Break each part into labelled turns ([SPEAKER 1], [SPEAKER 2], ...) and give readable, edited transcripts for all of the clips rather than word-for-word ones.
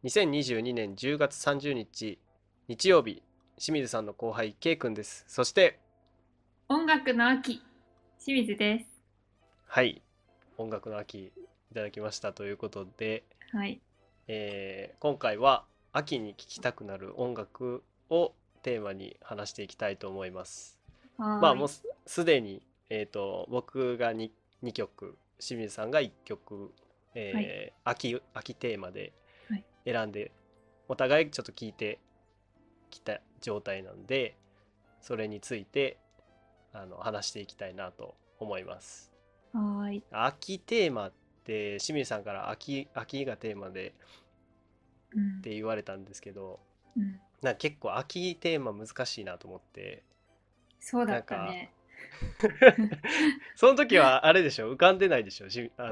[SPEAKER 1] 2022年10月30日日曜日、清水さんの後輩 K 君です。そして
[SPEAKER 2] 音楽の秋、清水です。
[SPEAKER 1] はい、音楽の秋いただきましたということで、
[SPEAKER 2] はい。
[SPEAKER 1] 今回は秋に聴きたくなる音楽をテーマに話していきたいと思います。ま
[SPEAKER 2] はーい。
[SPEAKER 1] あもうすでに、僕が2曲、清水さんが1曲、
[SPEAKER 2] はい。
[SPEAKER 1] 秋テーマで
[SPEAKER 2] はい。
[SPEAKER 1] 選んで、お互いちょっと聞いてきた状態なんで、それについて話していきたいなと思います。
[SPEAKER 2] はーい。
[SPEAKER 1] 秋テーマって清水さんから秋がテーマでっ
[SPEAKER 2] うん。
[SPEAKER 1] て言われたんですけど、
[SPEAKER 2] うん。
[SPEAKER 1] なんか結構秋テーマ難しいなと思って、
[SPEAKER 2] そうだ
[SPEAKER 1] なんか
[SPEAKER 2] ったね。
[SPEAKER 1] その時はあれでしょ、浮かんでないでしょ、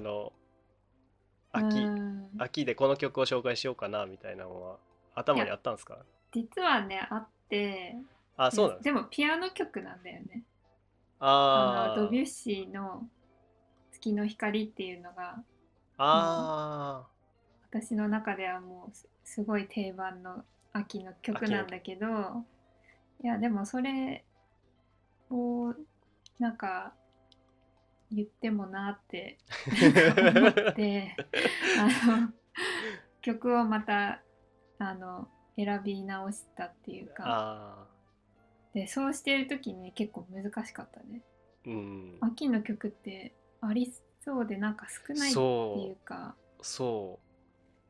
[SPEAKER 2] うー
[SPEAKER 1] 秋
[SPEAKER 2] ん。
[SPEAKER 1] 秋でこの曲を紹介しようかなみたいなのは頭にあ
[SPEAKER 2] いや、
[SPEAKER 1] ったんですか？
[SPEAKER 2] 実はね、あって、
[SPEAKER 1] あ、そうなんですか。
[SPEAKER 2] でもピアノ曲なんだよね。ド
[SPEAKER 1] あ
[SPEAKER 2] ビュッシーの月の光っていうのが、もう
[SPEAKER 1] あ
[SPEAKER 2] 私の中ではもうすごい定番の秋の曲
[SPEAKER 1] 秋の曲。
[SPEAKER 2] なんだけど、いや、でもそれをなんか言ってもなってなんか思ってあの曲をまたあの選び直したっていうか、
[SPEAKER 1] ああ、
[SPEAKER 2] でそうしてる時に結構難しかったね。
[SPEAKER 1] うん。
[SPEAKER 2] 秋の曲ってありそうでなんか少ないってい
[SPEAKER 1] そ
[SPEAKER 2] うか、
[SPEAKER 1] そう。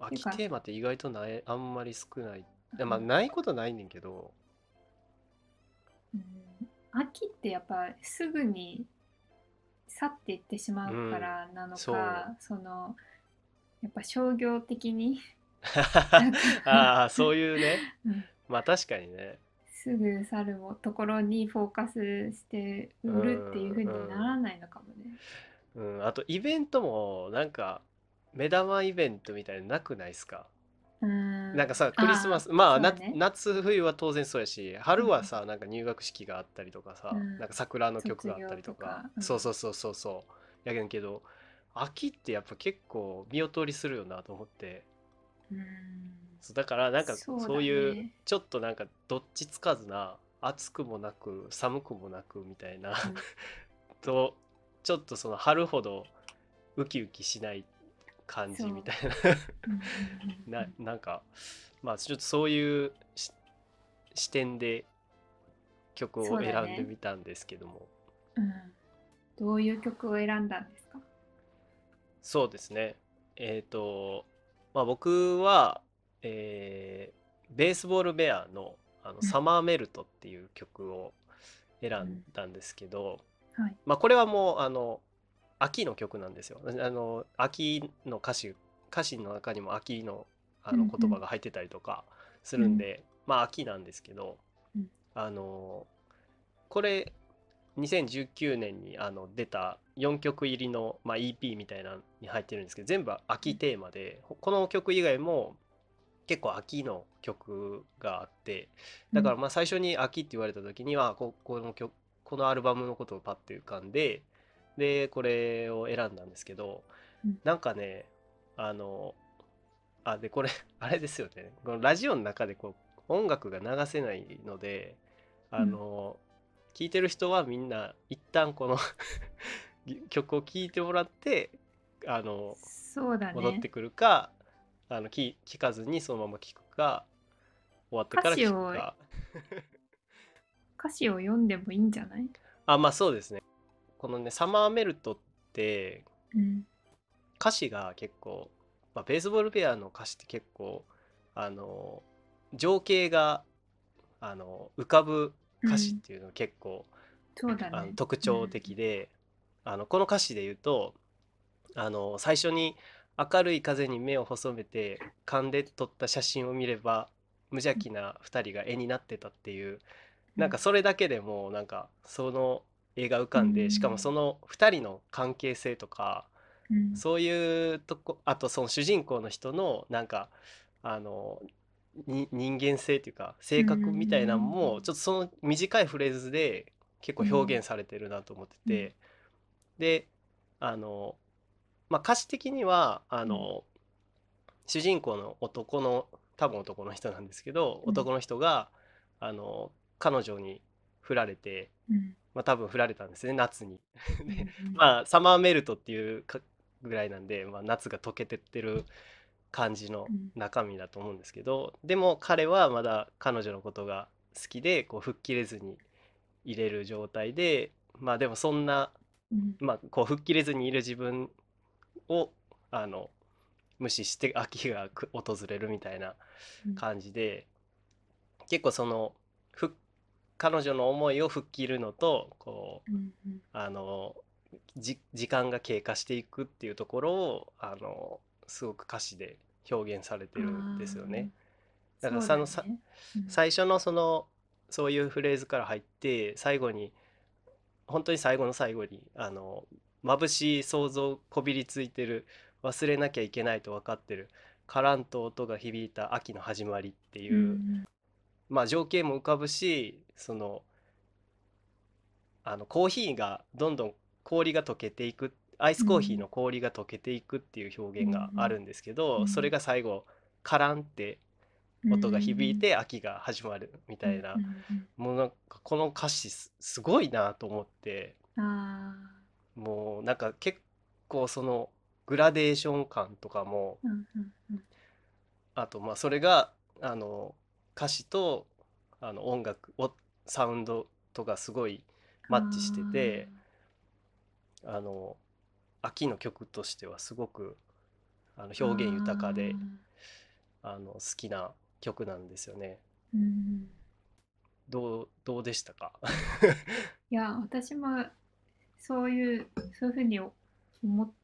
[SPEAKER 2] っていうか、
[SPEAKER 1] 秋テーマって意外とない、あんまり少ない。いや、まあ、
[SPEAKER 2] うん、
[SPEAKER 1] ないことないねんけど、
[SPEAKER 2] うん、秋ってやっぱすぐに去っていってしまうか
[SPEAKER 1] うん、
[SPEAKER 2] らなの
[SPEAKER 1] そう。
[SPEAKER 2] か、やっぱ商業的になんか
[SPEAKER 1] ああ、そういうね。
[SPEAKER 2] うん、
[SPEAKER 1] まあ確かにね。
[SPEAKER 2] すぐ去るところにフォーカスして
[SPEAKER 1] う
[SPEAKER 2] 売るっていう風にな
[SPEAKER 1] ん、
[SPEAKER 2] らないのかもね。
[SPEAKER 1] うん。あとイベントもなんか目玉イベントみたいなのなくないですか？
[SPEAKER 2] うーん。
[SPEAKER 1] なんかさ、クリスマ
[SPEAKER 2] ああ、
[SPEAKER 1] ス、まあ
[SPEAKER 2] そうだね。
[SPEAKER 1] 夏冬は当然そうやし、春はさ、なんか入学式があったりとかさ、
[SPEAKER 2] うん。
[SPEAKER 1] なんか桜の曲があった
[SPEAKER 2] 卒業
[SPEAKER 1] りとか、
[SPEAKER 2] とか。うん。
[SPEAKER 1] そうそうそうそうそう。やけど、秋ってやっぱ結構見劣りするよなと思って、
[SPEAKER 2] うーん。
[SPEAKER 1] そうだからなんか
[SPEAKER 2] そう
[SPEAKER 1] そういう
[SPEAKER 2] だね。
[SPEAKER 1] ちょっとなんかどっちつかずな、暑くもなく寒くもなくみたいな
[SPEAKER 2] うん。
[SPEAKER 1] と、ちょっとその春ほどウキウキしない感
[SPEAKER 2] そう。
[SPEAKER 1] じみたい
[SPEAKER 2] うんうん
[SPEAKER 1] な、
[SPEAKER 2] うんうん。
[SPEAKER 1] なんかまあちょっとそういう視点で曲を
[SPEAKER 2] そうだ
[SPEAKER 1] 選んで
[SPEAKER 2] ね。
[SPEAKER 1] みたんですけども、
[SPEAKER 2] うん。どういう曲を選んだんですか？
[SPEAKER 1] そうですね。えっと、まあ僕は、えベースボールベアの
[SPEAKER 2] うん。
[SPEAKER 1] サマーメルトっていう曲を選ん
[SPEAKER 2] うん。
[SPEAKER 1] だんですけど、
[SPEAKER 2] はい。
[SPEAKER 1] まあこれはもう秋の曲なんですよ。秋の歌詞の中にも秋の言葉
[SPEAKER 2] うんうん。
[SPEAKER 1] が入ってたりとかす
[SPEAKER 2] うん。
[SPEAKER 1] るんで、まあ秋なんですけど、
[SPEAKER 2] うん。
[SPEAKER 1] あのこれ2019年に出た4曲入りの、まあ、EP みたいなのに入ってるんですけど、全部秋テーマで、この曲以外も結構秋の曲があって、
[SPEAKER 2] うん。
[SPEAKER 1] だからまあ最初に秋って言われた時にはこのアルバムのことをパッて浮かんで、でこれを選んだんですけど、
[SPEAKER 2] うん。
[SPEAKER 1] なんかね、あのでこれあれですよね、このラジオの中で音楽が流せないので、
[SPEAKER 2] うん。
[SPEAKER 1] 聴いてる人はみんな一旦この曲を聴いてもらって、あの
[SPEAKER 2] そうだね。
[SPEAKER 1] 戻ってくるか、聞かずにそのまま聞くか、終わって
[SPEAKER 2] 歌
[SPEAKER 1] から
[SPEAKER 2] 詞を
[SPEAKER 1] 聞くか。
[SPEAKER 2] 歌詞を読んでもいいんじゃない？
[SPEAKER 1] まあそうですね。このね、サマーメルトって
[SPEAKER 2] うん。
[SPEAKER 1] 歌詞が結構、まあ、ベースボールペアの歌詞って結構、あの、情景が、浮かぶ歌詞っ
[SPEAKER 2] うん。
[SPEAKER 1] ていうのが結構、
[SPEAKER 2] そうだね。
[SPEAKER 1] 特徴
[SPEAKER 2] うん。
[SPEAKER 1] 的で、この歌詞で言うと、最初に明るい風に目を細めて勘で撮った写真を見れば無邪気な2人が絵になってたっていう、
[SPEAKER 2] うん。
[SPEAKER 1] なんかそれだけでもうなんかその絵が浮
[SPEAKER 2] う
[SPEAKER 1] かんで、しかもそ
[SPEAKER 2] ん。
[SPEAKER 1] の2人の関係性とか、
[SPEAKER 2] うん。
[SPEAKER 1] そういうとこ、あとその主人公の人のなんかあの人間性っていうか
[SPEAKER 2] う
[SPEAKER 1] 性格みたいなのも
[SPEAKER 2] ん。
[SPEAKER 1] ちょっとその短いフレーズで結構
[SPEAKER 2] うん。
[SPEAKER 1] 表現されてるなと思って
[SPEAKER 2] うん。
[SPEAKER 1] て、であのまあ、歌詞的には
[SPEAKER 2] うん。
[SPEAKER 1] 主人公の多分男の人なんですけど、
[SPEAKER 2] うん
[SPEAKER 1] 男の人があの彼女に振られて、
[SPEAKER 2] うん
[SPEAKER 1] まあ多分振られたんですね、夏に。
[SPEAKER 2] うん
[SPEAKER 1] で、
[SPEAKER 2] うん
[SPEAKER 1] まあサマーメルトっていうぐらいなんで、まあ、夏が溶けてってる感じの
[SPEAKER 2] うん
[SPEAKER 1] 中身だと思うんですけど、でも彼はまだ彼女のことが好きで、こう吹っ切れずに入れる状態で、まあでもそんな、
[SPEAKER 2] うん
[SPEAKER 1] まあ、こう吹っ切れずにいる自分をあの無視して秋が訪れるみたいな
[SPEAKER 2] うん
[SPEAKER 1] 感じで、結構その彼女の思いを吹っ切るのと、こう
[SPEAKER 2] うんうん
[SPEAKER 1] あの時間が経過していくっていうところをすごく歌詞で表現されて
[SPEAKER 2] あ
[SPEAKER 1] るんですよね。
[SPEAKER 2] あ、
[SPEAKER 1] だから
[SPEAKER 2] そうだね。うん
[SPEAKER 1] 最初のそういうフレーズから入って、最後に本当に最後の最後に眩しい想像こびりついてる、忘れなきゃいけないと分かってる、カランと音が響いた秋の始まりって
[SPEAKER 2] う
[SPEAKER 1] いう、
[SPEAKER 2] ん
[SPEAKER 1] まあ情景も浮かぶし、コーヒーがどんどん氷が溶けていく、アイスコーヒー
[SPEAKER 2] うん
[SPEAKER 1] の氷が溶けていくっていう表
[SPEAKER 2] う
[SPEAKER 1] 現があ
[SPEAKER 2] ん
[SPEAKER 1] るんですけど、それ
[SPEAKER 2] うん
[SPEAKER 1] が最後カランって
[SPEAKER 2] うん
[SPEAKER 1] 音が響い
[SPEAKER 2] うん
[SPEAKER 1] て秋が始まるみ
[SPEAKER 2] うん
[SPEAKER 1] たいな、
[SPEAKER 2] うん
[SPEAKER 1] もうなんかこの歌詞すごいなと思って。
[SPEAKER 2] ああ、
[SPEAKER 1] もうなんか結構そのグラデーション感とかも、
[SPEAKER 2] うんうんうん
[SPEAKER 1] あとまあそれが歌詞と音楽サウンドとかすごい
[SPEAKER 2] あ
[SPEAKER 1] マッチしてて、あの秋の曲としてはすごく
[SPEAKER 2] あ、あ
[SPEAKER 1] 表現豊かで
[SPEAKER 2] あ、
[SPEAKER 1] 好きな曲なんですよね。
[SPEAKER 2] うん
[SPEAKER 1] どうでしたか？
[SPEAKER 2] いや、私もそういうふうに思って、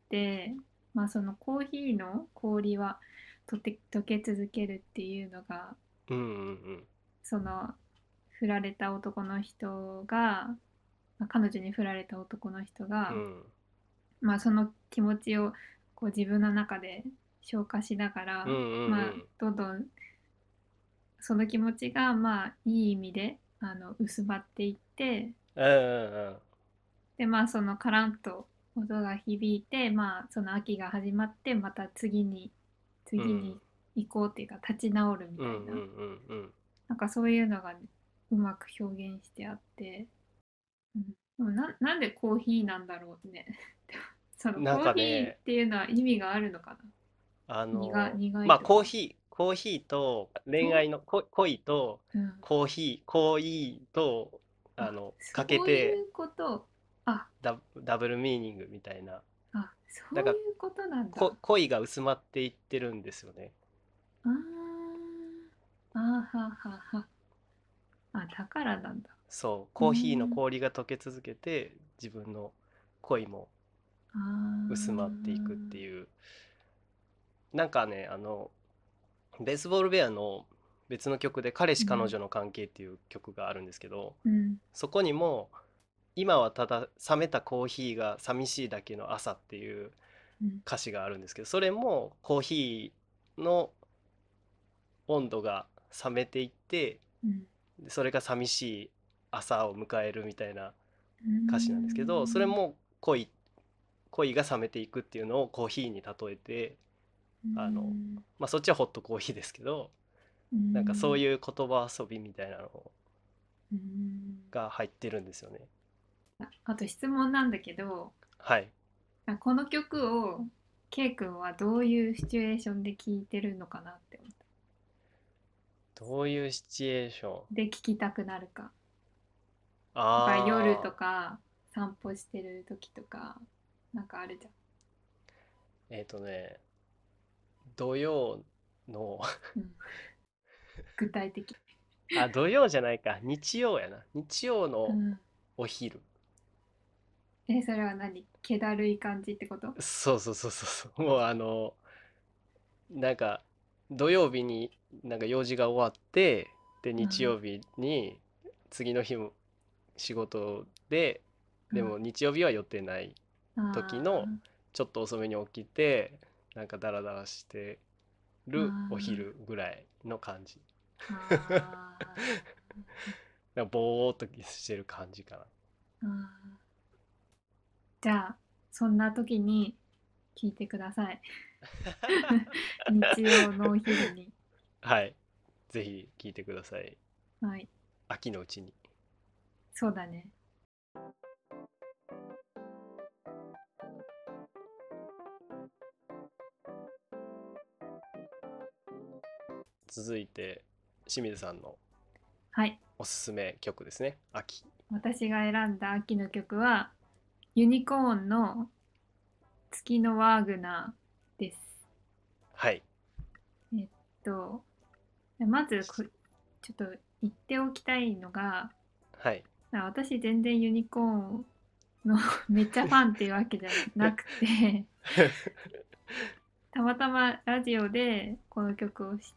[SPEAKER 2] まあそのコーヒーの氷は溶け続けるっていうのが、
[SPEAKER 1] うんうん
[SPEAKER 2] その振られた男の人が、まあ彼女に振られた男の人が、
[SPEAKER 1] うんうん
[SPEAKER 2] まあその気持ちをこう自分の中で消化しながら、
[SPEAKER 1] うんうんう
[SPEAKER 2] まあ
[SPEAKER 1] ん
[SPEAKER 2] どんどんその気持ちがまあいい意味で薄まっていって、
[SPEAKER 1] うんうん
[SPEAKER 2] でまあそのカランと音が響いて、まあその秋が始まってまた
[SPEAKER 1] うんうん
[SPEAKER 2] 次に行こうっていうか立ち直るみ
[SPEAKER 1] うんうん
[SPEAKER 2] たいな、
[SPEAKER 1] うん
[SPEAKER 2] なんかそういうのがうまく表現してあって、うん、でもなんでコーヒーなんだろうね。その
[SPEAKER 1] なん
[SPEAKER 2] コーヒーっ
[SPEAKER 1] かね、
[SPEAKER 2] ていうのは意味があるのかな。苦
[SPEAKER 1] まあ
[SPEAKER 2] いとか。
[SPEAKER 1] コーヒーと恋
[SPEAKER 2] と、
[SPEAKER 1] 愛の恋と
[SPEAKER 2] うん、
[SPEAKER 1] コーヒーと
[SPEAKER 2] あ、
[SPEAKER 1] かけ
[SPEAKER 2] そうい
[SPEAKER 1] て
[SPEAKER 2] うこと。あ、
[SPEAKER 1] ダブルミーニングみたいな。
[SPEAKER 2] あ、
[SPEAKER 1] なんか
[SPEAKER 2] そういうことなんだ。
[SPEAKER 1] 恋が薄まっていってるんですよね。
[SPEAKER 2] あー、あーははは。あ、だからなんだ。
[SPEAKER 1] そう、
[SPEAKER 2] うー
[SPEAKER 1] コーヒーの
[SPEAKER 2] ん。
[SPEAKER 1] 氷が溶け続けて自分の恋も
[SPEAKER 2] あ
[SPEAKER 1] 薄まっていくっ
[SPEAKER 2] ー、
[SPEAKER 1] ていう。なんかね、ベースボールベアの別の曲で「彼氏彼
[SPEAKER 2] うん、
[SPEAKER 1] 女の関係」っていう曲があるんですけど、
[SPEAKER 2] うん、
[SPEAKER 1] そこにも今はただ冷めたコーヒーが寂しいだけの朝っていう
[SPEAKER 2] うん、
[SPEAKER 1] 歌詞があるんですけど、それもコーヒーの温度が冷めていって、
[SPEAKER 2] うん、
[SPEAKER 1] それが寂しい朝を迎えるみたいな
[SPEAKER 2] うー
[SPEAKER 1] 歌詞なんですけど、それ
[SPEAKER 2] ん、
[SPEAKER 1] も恋が冷めていくっていうのをコーヒーに例えて、
[SPEAKER 2] うーん、
[SPEAKER 1] まあそっちはホットコーヒーですけど、
[SPEAKER 2] うー
[SPEAKER 1] なんかそう
[SPEAKER 2] ん、
[SPEAKER 1] いう言葉遊びみたいなの
[SPEAKER 2] うーん。
[SPEAKER 1] が入ってるんですよね。
[SPEAKER 2] あと質問なんだけど、
[SPEAKER 1] はい。
[SPEAKER 2] この曲を K 君はどういうシチュエーションで聴いてるのかなって思った。
[SPEAKER 1] どういうシチュエーション？
[SPEAKER 2] で聴きたくなるか。だから夜と
[SPEAKER 1] ああ
[SPEAKER 2] か散歩してる時とかなんかあるじ
[SPEAKER 1] ね、土曜の
[SPEAKER 2] ゃん。うん、具体的。
[SPEAKER 1] 土曜じゃないか、日曜やな。日曜の
[SPEAKER 2] うん。
[SPEAKER 1] お昼。
[SPEAKER 2] それは何気だるい感じってこと？
[SPEAKER 1] そうそうそうそうそう。もうなんか土曜日になんか用事が終わって、で日
[SPEAKER 2] うん
[SPEAKER 1] 曜日に次の日も仕事で、で
[SPEAKER 2] うん
[SPEAKER 1] も日曜日は予定ない時の
[SPEAKER 2] あ
[SPEAKER 1] ちょっと遅めに起きて、なんかダラダラして
[SPEAKER 2] ー
[SPEAKER 1] るお
[SPEAKER 2] あ
[SPEAKER 1] 昼ぐらいの感じ。
[SPEAKER 2] ーあ
[SPEAKER 1] なんかぼーっとしてる感じかな。
[SPEAKER 2] ーあーじゃあそんな時に聞いてください。日曜のお昼に。
[SPEAKER 1] はい。ぜひ聞いてください。
[SPEAKER 2] はい。
[SPEAKER 1] 秋のうちに。
[SPEAKER 2] そうだね。
[SPEAKER 1] 続いて清水さんの
[SPEAKER 2] はい。
[SPEAKER 1] おすすめ曲ですね。秋。
[SPEAKER 2] 私が選んだ秋の曲は、ユニコーンの月のワーグナーです。
[SPEAKER 1] はい。
[SPEAKER 2] えっと、まずちょっと言っておきたいのが、
[SPEAKER 1] はい。
[SPEAKER 2] 私全然ユニコーンのめっちゃファンっていうわけじゃなくて、たまたまラジオでこの曲を知って、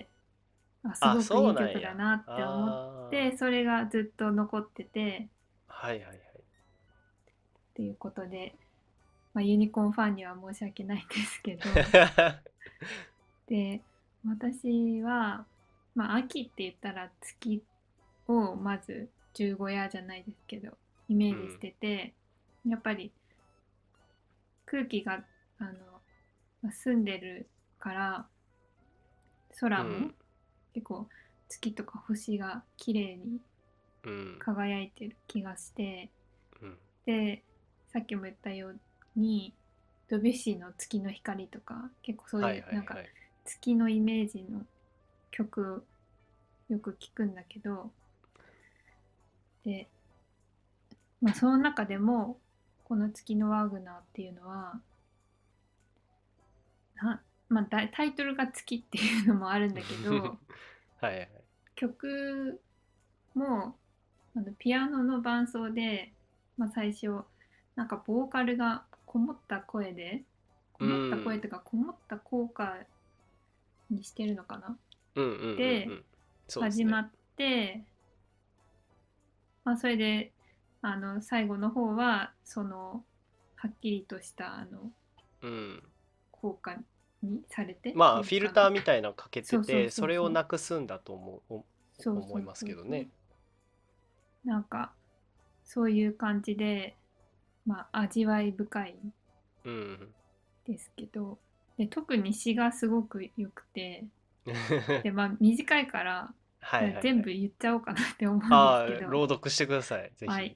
[SPEAKER 2] す
[SPEAKER 1] あ、
[SPEAKER 2] ごくいい曲だ
[SPEAKER 1] そうなんや。
[SPEAKER 2] なって思っ
[SPEAKER 1] あ
[SPEAKER 2] て、それがずっと残ってて
[SPEAKER 1] あ。はいはいはい。
[SPEAKER 2] っていうことで、ユニコーンファンには申し訳ないんですけど、で、私は、秋って言ったら月をまず十五夜じゃないですけど、イメージし
[SPEAKER 1] うん。
[SPEAKER 2] てて、やっぱり空気が、澄んでるから、空も
[SPEAKER 1] うん。
[SPEAKER 2] 結構月とか星が綺麗に
[SPEAKER 1] うん。
[SPEAKER 2] 輝いてる気がして、
[SPEAKER 1] うん。
[SPEAKER 2] で、さっきも言ったように、ドビュッシーの月の光とか、結構そう
[SPEAKER 1] はい
[SPEAKER 2] いうなんか
[SPEAKER 1] はいはい。
[SPEAKER 2] 月のイメージの曲よく聞くんだけど、で、その中でもこの月のワーグナーっていうのはな、タイトルが月っていうのもあるんだけど、
[SPEAKER 1] はいはい。
[SPEAKER 2] 曲もピアノの伴奏で、最初なんかボーカルがこもった声で、こ
[SPEAKER 1] う
[SPEAKER 2] もった声
[SPEAKER 1] ん。
[SPEAKER 2] とかこもった効果にしてるのかな、
[SPEAKER 1] うんうんうんう
[SPEAKER 2] で
[SPEAKER 1] ん。そうですね。
[SPEAKER 2] 始まって、それで最後の方はそのはっきりとした
[SPEAKER 1] うん。
[SPEAKER 2] 効果にされてっ
[SPEAKER 1] まあ、
[SPEAKER 2] ていうのかな。
[SPEAKER 1] フィルターみたいなのかけて
[SPEAKER 2] そうそう
[SPEAKER 1] て、それを
[SPEAKER 2] そうそう。
[SPEAKER 1] なくすんだと
[SPEAKER 2] そうそう
[SPEAKER 1] 思います
[SPEAKER 2] そうそう。
[SPEAKER 1] けどね。
[SPEAKER 2] なんかそういう感じで、味わい深い
[SPEAKER 1] うん。
[SPEAKER 2] ですけど、で特に詩がすごく良くて、で短いから、
[SPEAKER 1] はいはいはい。
[SPEAKER 2] 全部言っちゃおうかなって思うんです
[SPEAKER 1] ああ、
[SPEAKER 2] けど、
[SPEAKER 1] 朗読してください。ぜひ。
[SPEAKER 2] はい。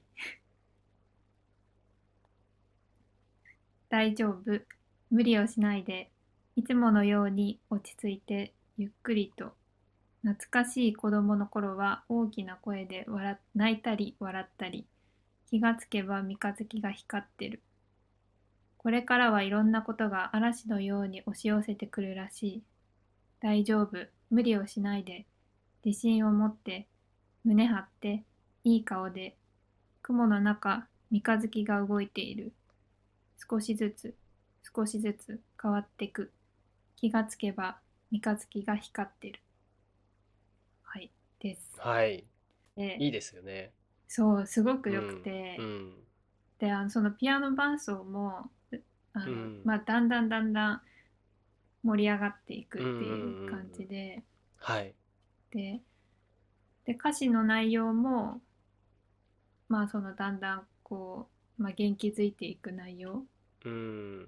[SPEAKER 2] 大丈夫。無理をしないで。いつものように落ち着いてゆっくりと。懐かしい子供の頃は大きな声で泣いたり笑ったり。気がつけば三日月が光ってる。これからはいろんなことが嵐のように押し寄せてくるらしい。大丈夫。無理をしないで。自信を持って、胸張って、いい顔で。雲の中、三日月が動いている。少しずつ、少しずつ変わってく。気がつけば三日月が光ってる。はい、です。
[SPEAKER 1] はい。
[SPEAKER 2] で、
[SPEAKER 1] いいですよね。
[SPEAKER 2] そう、すごく良く
[SPEAKER 1] うん。う
[SPEAKER 2] て、
[SPEAKER 1] ん。
[SPEAKER 2] で、そのピアノ伴奏も、
[SPEAKER 1] うん。
[SPEAKER 2] だんだんだんだん盛り上がっていく
[SPEAKER 1] うんうん
[SPEAKER 2] っていう
[SPEAKER 1] うんう
[SPEAKER 2] 感じ
[SPEAKER 1] ん。
[SPEAKER 2] で、
[SPEAKER 1] はい。
[SPEAKER 2] で、歌詞の内容も、そのだんだん元気づいていく内容
[SPEAKER 1] うん。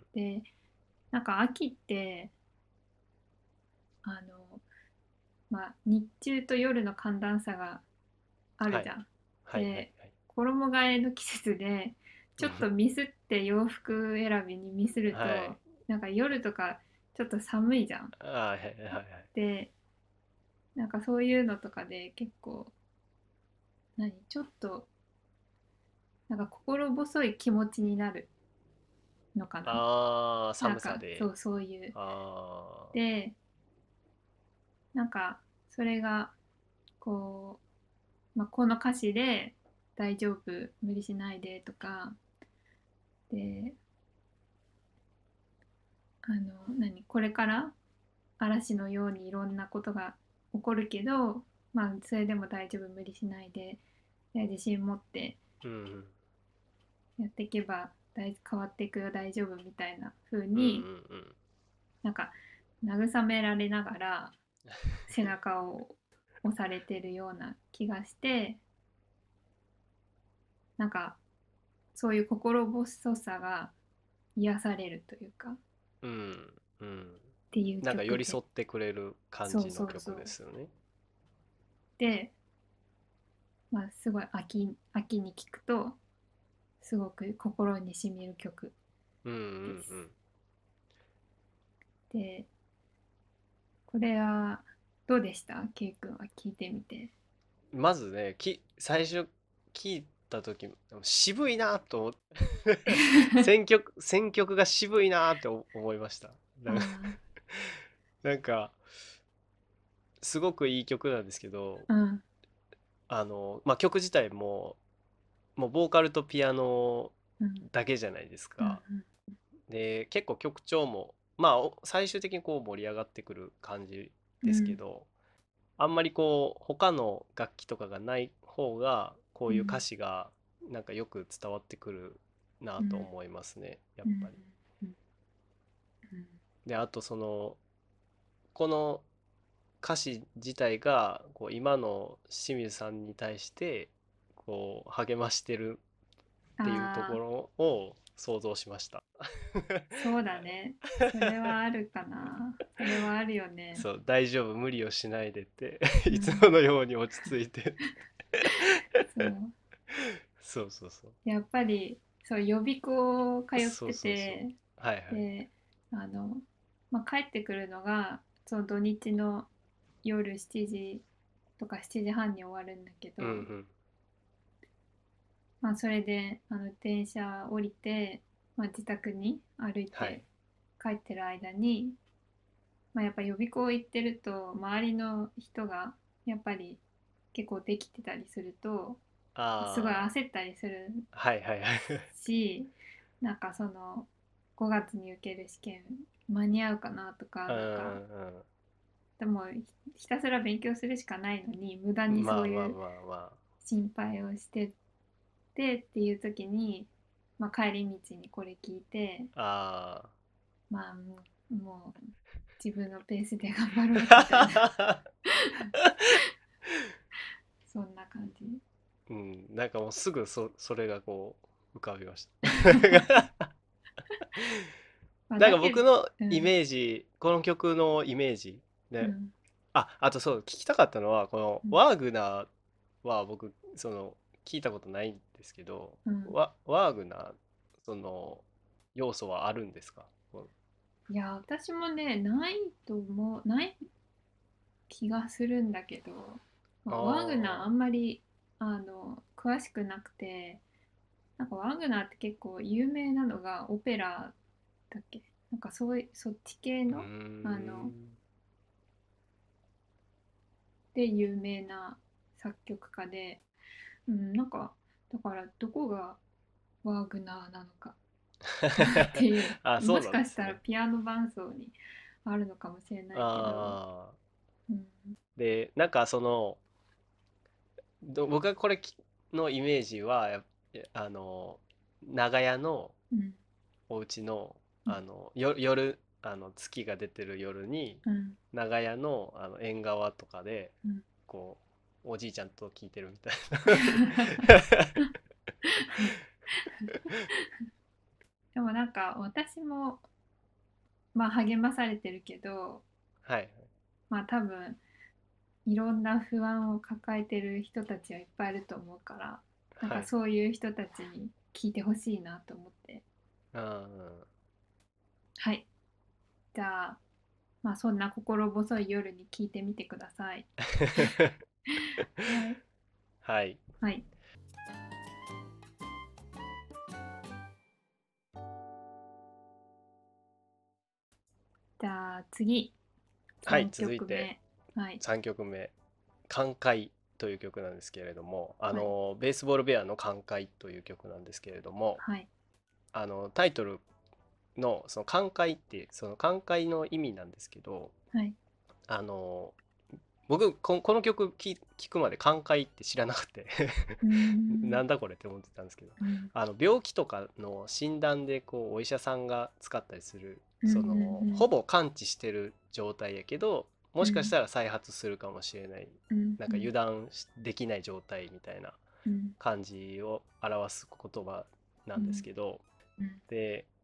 [SPEAKER 2] で、なんか秋ってあの、日中と夜の寒暖差がある
[SPEAKER 1] はい。
[SPEAKER 2] じゃん。
[SPEAKER 1] はいはい
[SPEAKER 2] で、
[SPEAKER 1] はい。
[SPEAKER 2] 衣替えの季節でちょっとミスって洋服選びにミスると、
[SPEAKER 1] はい。
[SPEAKER 2] なんか夜とかちょっと寒いじゃん。
[SPEAKER 1] ああ、はいはいはいはい。
[SPEAKER 2] で、なんかそういうのとかで結構ちょっとなんか心細い気持ちになるのかな。
[SPEAKER 1] ああ、寒
[SPEAKER 2] なんか
[SPEAKER 1] さで。
[SPEAKER 2] そういう。
[SPEAKER 1] あ
[SPEAKER 2] で、なんかそれがこの歌詞で「大丈夫無理しないで」とかで、これから嵐のようにいろんなことが起こるけど、それでも大丈夫無理しないで、自信持って
[SPEAKER 1] あ。うん。
[SPEAKER 2] やっていけば変わっていくよ大丈夫みたいな風
[SPEAKER 1] うんうん
[SPEAKER 2] に、
[SPEAKER 1] うん。
[SPEAKER 2] なんか慰められながら背中を押されてるような気がして、なんかそういう心細さが癒されるというかっ
[SPEAKER 1] うんうん。
[SPEAKER 2] ていう
[SPEAKER 1] なんか寄
[SPEAKER 2] 曲で、
[SPEAKER 1] り添ってくれる感
[SPEAKER 2] そう
[SPEAKER 1] じの曲
[SPEAKER 2] そうそう。
[SPEAKER 1] ですよね。
[SPEAKER 2] で、まあ、すごい秋に聴くとすごく心に染みる曲
[SPEAKER 1] うんう
[SPEAKER 2] です。
[SPEAKER 1] ん
[SPEAKER 2] で、これはどうでした？ケイ君は聞いてみて。
[SPEAKER 1] うん。まずね、最初聞いた時渋いなと思って選曲が渋いなって思いました。
[SPEAKER 2] あ
[SPEAKER 1] なんかなんかすごくいい曲なんですけど、
[SPEAKER 2] あ、うん、
[SPEAKER 1] まあ、曲自体もうボーカルとピアノ
[SPEAKER 2] うん、
[SPEAKER 1] だけじゃないです
[SPEAKER 2] うん、
[SPEAKER 1] か。で結構曲調もまあ最終的にこう盛り上がってくる感じですけ
[SPEAKER 2] うん、
[SPEAKER 1] ど、あんまりこう他の楽器とかがない方がこういう歌
[SPEAKER 2] うん、
[SPEAKER 1] 詞がなんかよく伝わってくるな
[SPEAKER 2] うん、
[SPEAKER 1] と思いますね、やっ
[SPEAKER 2] うん、
[SPEAKER 1] ぱり。
[SPEAKER 2] うん、うん、
[SPEAKER 1] であとこの歌詞自体がこう今の清水さんに対してこう励ましてるっていうとこ
[SPEAKER 2] ああ、
[SPEAKER 1] ろを想像しました。
[SPEAKER 2] そうだね。それはあるかな。それはあるよね。
[SPEAKER 1] そう、大丈夫、無理をしないでって
[SPEAKER 2] う
[SPEAKER 1] いつも
[SPEAKER 2] ん、
[SPEAKER 1] のように落ち着いてって。
[SPEAKER 2] そう。
[SPEAKER 1] そうそうそう。
[SPEAKER 2] やっぱり、そう、予備校通っ
[SPEAKER 1] そう
[SPEAKER 2] て
[SPEAKER 1] そうそう。
[SPEAKER 2] て、
[SPEAKER 1] はいはい。
[SPEAKER 2] で、あの、まあ、帰ってくるのが、その土日の夜7時とか7時半に終わるんだけど、
[SPEAKER 1] うんうん。
[SPEAKER 2] まあ、それで電車降りて、まあ、自宅に歩いて
[SPEAKER 1] はい。
[SPEAKER 2] 帰ってる間に、まあ、やっぱ予備校行ってると周りの人がやっぱり結構できてたりするとすごい
[SPEAKER 1] あ
[SPEAKER 2] 焦ったりする
[SPEAKER 1] あ、はいはいはい。
[SPEAKER 2] し、なんかその5月に受ける試験間に合うかなとか、
[SPEAKER 1] うん
[SPEAKER 2] なんか
[SPEAKER 1] う
[SPEAKER 2] でもひたすら勉強するしかないのに無駄に
[SPEAKER 1] ん。まあまあ
[SPEAKER 2] そういう
[SPEAKER 1] まあま
[SPEAKER 2] 心配をしてっていう時に、まあ、帰り道にこれ聞いて、
[SPEAKER 1] あ。あ
[SPEAKER 2] まあもう自分のペースで頑張ろうみたいな、
[SPEAKER 1] あ。
[SPEAKER 2] そんな感じ。
[SPEAKER 1] うん、なんかもうすぐそれがこう浮かびました。
[SPEAKER 2] まあ、
[SPEAKER 1] なんか
[SPEAKER 2] だけ
[SPEAKER 1] 僕の
[SPEAKER 2] ど、
[SPEAKER 1] イメージ、この曲のイメージで、
[SPEAKER 2] うん、
[SPEAKER 1] あとそう聞きたかったのはこの
[SPEAKER 2] うん、
[SPEAKER 1] ワーグナーは僕聞いたことないんですけど、
[SPEAKER 2] うん。
[SPEAKER 1] ワーグナーその要素はあるんですか？
[SPEAKER 2] いや、私もね、ない気がするんだけど、ま
[SPEAKER 1] あ
[SPEAKER 2] あ、ワグナーあ
[SPEAKER 1] あ
[SPEAKER 2] んまり詳しくなくて、なんかワグナーって結構有名なのがオペラだっけ？なんかそっち系
[SPEAKER 1] ー、うー
[SPEAKER 2] の、あの、
[SPEAKER 1] ん。
[SPEAKER 2] で有名な作曲家で、うん、なんか、だからどこがワーグナーなのかっていう、
[SPEAKER 1] あ、そう
[SPEAKER 2] もしかしたら
[SPEAKER 1] なんですね。
[SPEAKER 2] ピアノ伴奏にあるのかもしれないけど、
[SPEAKER 1] ああ。
[SPEAKER 2] うん、
[SPEAKER 1] で、なんか僕がのイメージは長屋の
[SPEAKER 2] うん、
[SPEAKER 1] お家の
[SPEAKER 2] うん、
[SPEAKER 1] 夜月が出てる夜に
[SPEAKER 2] うん、
[SPEAKER 1] 長屋の縁側とかで
[SPEAKER 2] うん。
[SPEAKER 1] こうおじいちゃんと聞いてるみたい
[SPEAKER 2] でもなんか私もまあ励まされてるけど、
[SPEAKER 1] な。はい
[SPEAKER 2] まあ多分いろんな不安を抱えてる人たちはいっぱいいると思うから、なんか
[SPEAKER 1] はい。
[SPEAKER 2] そういう人たちに聞いてほしいなと思って。
[SPEAKER 1] うん。
[SPEAKER 2] はい。じゃあ、まあそんな心細い夜に聞いてみてください。はい。
[SPEAKER 1] はい。
[SPEAKER 2] はい。じゃあ次、
[SPEAKER 1] はい
[SPEAKER 2] 3
[SPEAKER 1] 続いて
[SPEAKER 2] 曲目。はい。
[SPEAKER 1] 3曲目「寛解」という曲なんですけれども、
[SPEAKER 2] はい。
[SPEAKER 1] ベースボールベアの「寛解」という曲なんですけれども、
[SPEAKER 2] はい。
[SPEAKER 1] タイトルのその寛解ってその寛解の意味なんですけど、
[SPEAKER 2] はい。
[SPEAKER 1] あの僕この曲聞くまで寛解って知らなくて
[SPEAKER 2] うーん。
[SPEAKER 1] なんだこれって思ってたんですけど、
[SPEAKER 2] うん。
[SPEAKER 1] 病気とかの診断でこうお医者さんが使ったりする
[SPEAKER 2] うん。うん。
[SPEAKER 1] ほぼ完治してる状態やけどもしかし
[SPEAKER 2] うん。
[SPEAKER 1] たら再発するかもしれない、
[SPEAKER 2] うん。
[SPEAKER 1] なんか油
[SPEAKER 2] うん。
[SPEAKER 1] 断できない状態みたいな
[SPEAKER 2] うん。
[SPEAKER 1] 感じを表す言葉なんです
[SPEAKER 2] うん。
[SPEAKER 1] けど、
[SPEAKER 2] うん。
[SPEAKER 1] で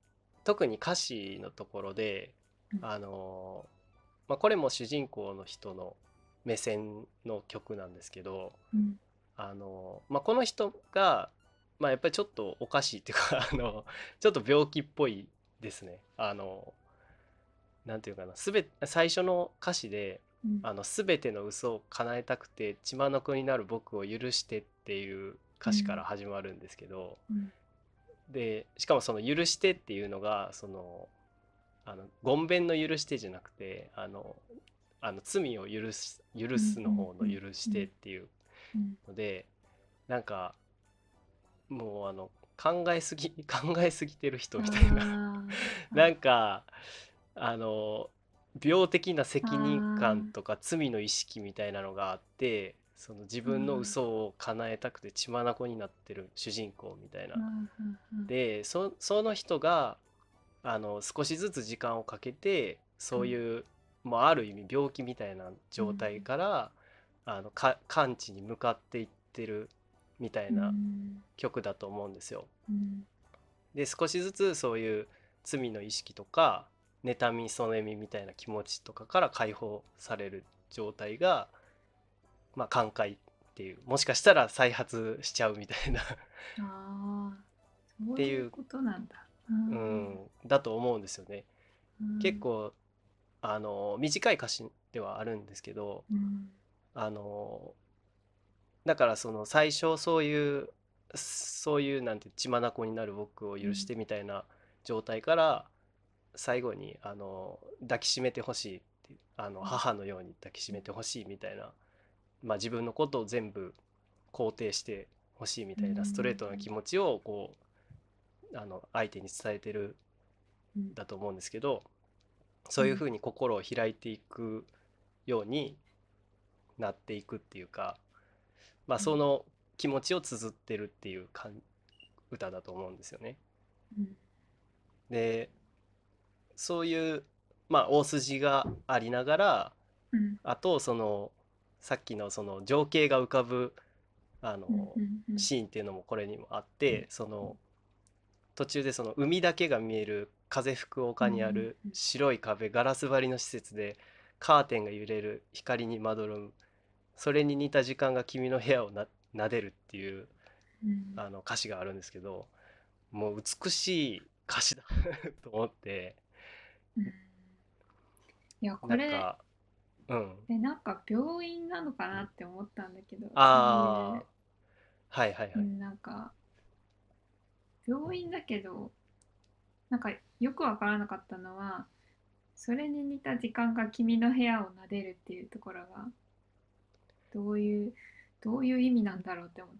[SPEAKER 1] 特に歌詞のところで
[SPEAKER 2] うん
[SPEAKER 1] あのこれも主人公の人の目線の曲なんですけど、
[SPEAKER 2] うん
[SPEAKER 1] この人が、やっぱりちょっとおかしいっていうかちょっと病気っぽいですね。なんていうかな、最初の歌詞で
[SPEAKER 2] うん
[SPEAKER 1] 全ての嘘を叶えたくて血眼になる僕を許してっていう歌詞から始まるんですけど、
[SPEAKER 2] うん
[SPEAKER 1] でしかもその許してっていうのがごんべんの許してじゃなくて罪を許
[SPEAKER 2] うん
[SPEAKER 1] すの方の
[SPEAKER 2] うん
[SPEAKER 1] 許してっていう
[SPEAKER 2] うん
[SPEAKER 1] ので、なんかもう考えすぎ考えすぎてる人みたいなな
[SPEAKER 2] あ
[SPEAKER 1] んかあの病的な
[SPEAKER 2] あ
[SPEAKER 1] 責任感とか罪の意識みたいなのがあって、その自分の嘘を叶えたくて血眼になってる主人公みたいな。でその人が少しずつ時間をかけてそういう、ある意味病気みたいな状態から完治に向かっていってるみたいな曲だと思うんですよ。で少しずつそういう罪の意識とか妬みそねみみたいな気持ちとかから解放される状態が、寛解っていう、もしかしたら再発しちゃうみたいなっ
[SPEAKER 2] あー、そう
[SPEAKER 1] ていう、
[SPEAKER 2] いうことなんだ。
[SPEAKER 1] だと思うんですよね。結
[SPEAKER 2] うん
[SPEAKER 1] 構短い歌詞ではあるんですけど、
[SPEAKER 2] うん
[SPEAKER 1] あのだからその最初そういうなんて血眼になる僕を許してみたいな状態から最後に抱きしめてほしいっていう母のように抱きしめてほしいみたいな、自分のことを全部肯定してほしいみ
[SPEAKER 2] う
[SPEAKER 1] たいなストレートな
[SPEAKER 2] ん
[SPEAKER 1] 気持ちをこう相手に伝えてる
[SPEAKER 2] うん
[SPEAKER 1] んだと思うんですけど、そういうふうに心を開いていくようになっていくっていうか、その気持ちを綴ってるっていう歌だと思うんですよね。
[SPEAKER 2] うん
[SPEAKER 1] でそういう大筋がありながら、
[SPEAKER 2] うん
[SPEAKER 1] あとさっきのその情景が浮かぶ
[SPEAKER 2] うんうん
[SPEAKER 1] シーンっていうのもこれにもあって、その途中でその海だけが見える風吹く丘にある白い壁ガラス張りの施設でカーテンが揺れる光にまどろむ、それに似た時間が君の部屋を撫でるっていう
[SPEAKER 2] うん
[SPEAKER 1] 歌詞があるんですけど、もう美しい歌詞だと思って。
[SPEAKER 2] うんいや、これ、
[SPEAKER 1] なんかうん
[SPEAKER 2] なんか病院なのかなって思ったんだけど、そういう、
[SPEAKER 1] ああはいはいはい。
[SPEAKER 2] なんか、病院だけど、なんかよくわからなかったのは、それに似た時間が君の部屋を撫でるっていうところが、どういう、どういう意味なんだろうって思った。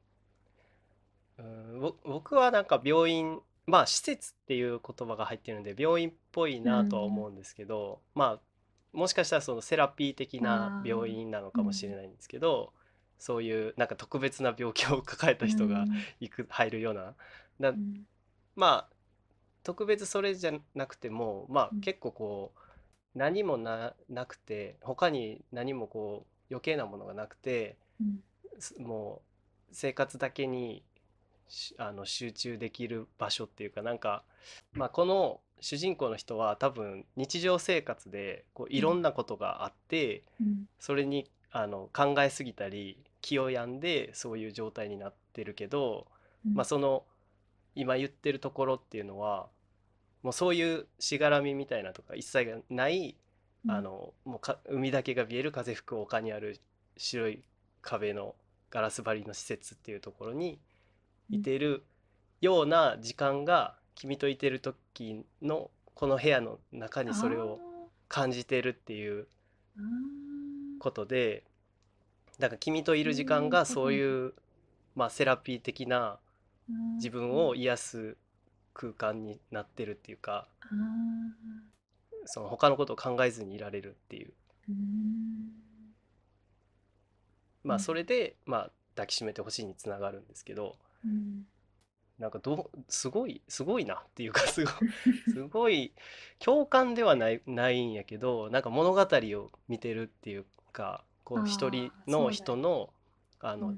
[SPEAKER 1] 僕はなんか病院、施設っていう言葉が入ってるんで病院っぽい
[SPEAKER 2] う
[SPEAKER 1] なとは思
[SPEAKER 2] ん。
[SPEAKER 1] うんですけど、もしかしたらそのセラピー的な
[SPEAKER 2] ああ、
[SPEAKER 1] 病院なのかもしれ
[SPEAKER 2] うん。
[SPEAKER 1] ないんですけど、そういうなんか特別な病気を抱えた
[SPEAKER 2] う
[SPEAKER 1] 人が
[SPEAKER 2] ん。
[SPEAKER 1] 入るような、な
[SPEAKER 2] うん。
[SPEAKER 1] まあ特別それじゃなくても、
[SPEAKER 2] うん。
[SPEAKER 1] 結構こう何もなくて他に何もこう余計なものがなくて、
[SPEAKER 2] うん。
[SPEAKER 1] もう生活だけに集中できる場所っていうか、なんか、この主人公の人は多分日常生活でこういろんなことがあって、
[SPEAKER 2] うん。
[SPEAKER 1] それに考えすぎたり気を病んでそういう状態になってるけど、
[SPEAKER 2] うん。
[SPEAKER 1] その今言ってるところっていうのはもうそういうしがらみみたいなとか一切がない、
[SPEAKER 2] うん。
[SPEAKER 1] もう海だけが見える風吹く丘にある白い壁のガラス張りの施設っていうところに
[SPEAKER 2] うん。
[SPEAKER 1] いてるような時間が君といてる時のこの部屋の中にそれを
[SPEAKER 2] あ
[SPEAKER 1] 感じてるっていう
[SPEAKER 2] あ、ああ、
[SPEAKER 1] ことで、だから君といる時間
[SPEAKER 2] そういう
[SPEAKER 1] が
[SPEAKER 2] ことなんだ。
[SPEAKER 1] そういう、セラピー的な
[SPEAKER 2] あ
[SPEAKER 1] 自分
[SPEAKER 2] あ、
[SPEAKER 1] を癒す空間になってるっていうか、
[SPEAKER 2] ああ、
[SPEAKER 1] その他のことを考えずにいられるっていう、
[SPEAKER 2] うーん。うん。
[SPEAKER 1] それで抱きしめてほしいにつながるんですけど、
[SPEAKER 2] うん。
[SPEAKER 1] なんかすごいなっていうかすごい共感ではないんやけど、なんか物語を見てるっていうか、こう一人
[SPEAKER 2] ああ、
[SPEAKER 1] の
[SPEAKER 2] そうだよね。
[SPEAKER 1] 人のあの
[SPEAKER 2] うん。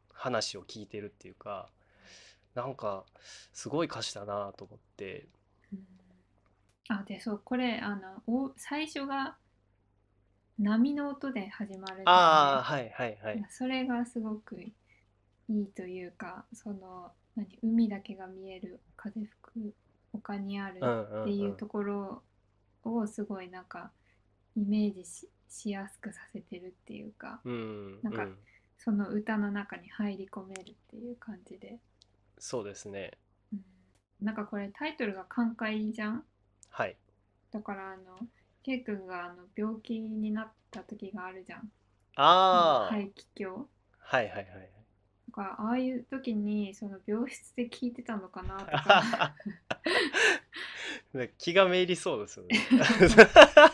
[SPEAKER 1] 話を聞いてるっていうか、なんかすごい歌詞だなと思って。
[SPEAKER 2] うん、あ、で、そう、これ、最初が波の音で始まるんだよ
[SPEAKER 1] ああ、
[SPEAKER 2] ね。
[SPEAKER 1] はいはいはい。
[SPEAKER 2] それがすごくいいというか、海だけが見える風吹く丘にある
[SPEAKER 1] うんう
[SPEAKER 2] っていう
[SPEAKER 1] んうん。
[SPEAKER 2] ところをすごいなんかイメージしやすくさせてるっていうか、
[SPEAKER 1] うん
[SPEAKER 2] なんか
[SPEAKER 1] うん。
[SPEAKER 2] その歌の中に入り込めるっていう感じで、
[SPEAKER 1] そうですね。
[SPEAKER 2] うん、なんかこれタイトルが寛解じゃん。
[SPEAKER 1] はい。
[SPEAKER 2] だからケイ君が病気になった時があるじゃん。
[SPEAKER 1] あ
[SPEAKER 2] 肺気胸。
[SPEAKER 1] あ、はいはいはい。
[SPEAKER 2] とかああいう時にその病室で聞いてたのかなとか。
[SPEAKER 1] 気がめいりそうですよね。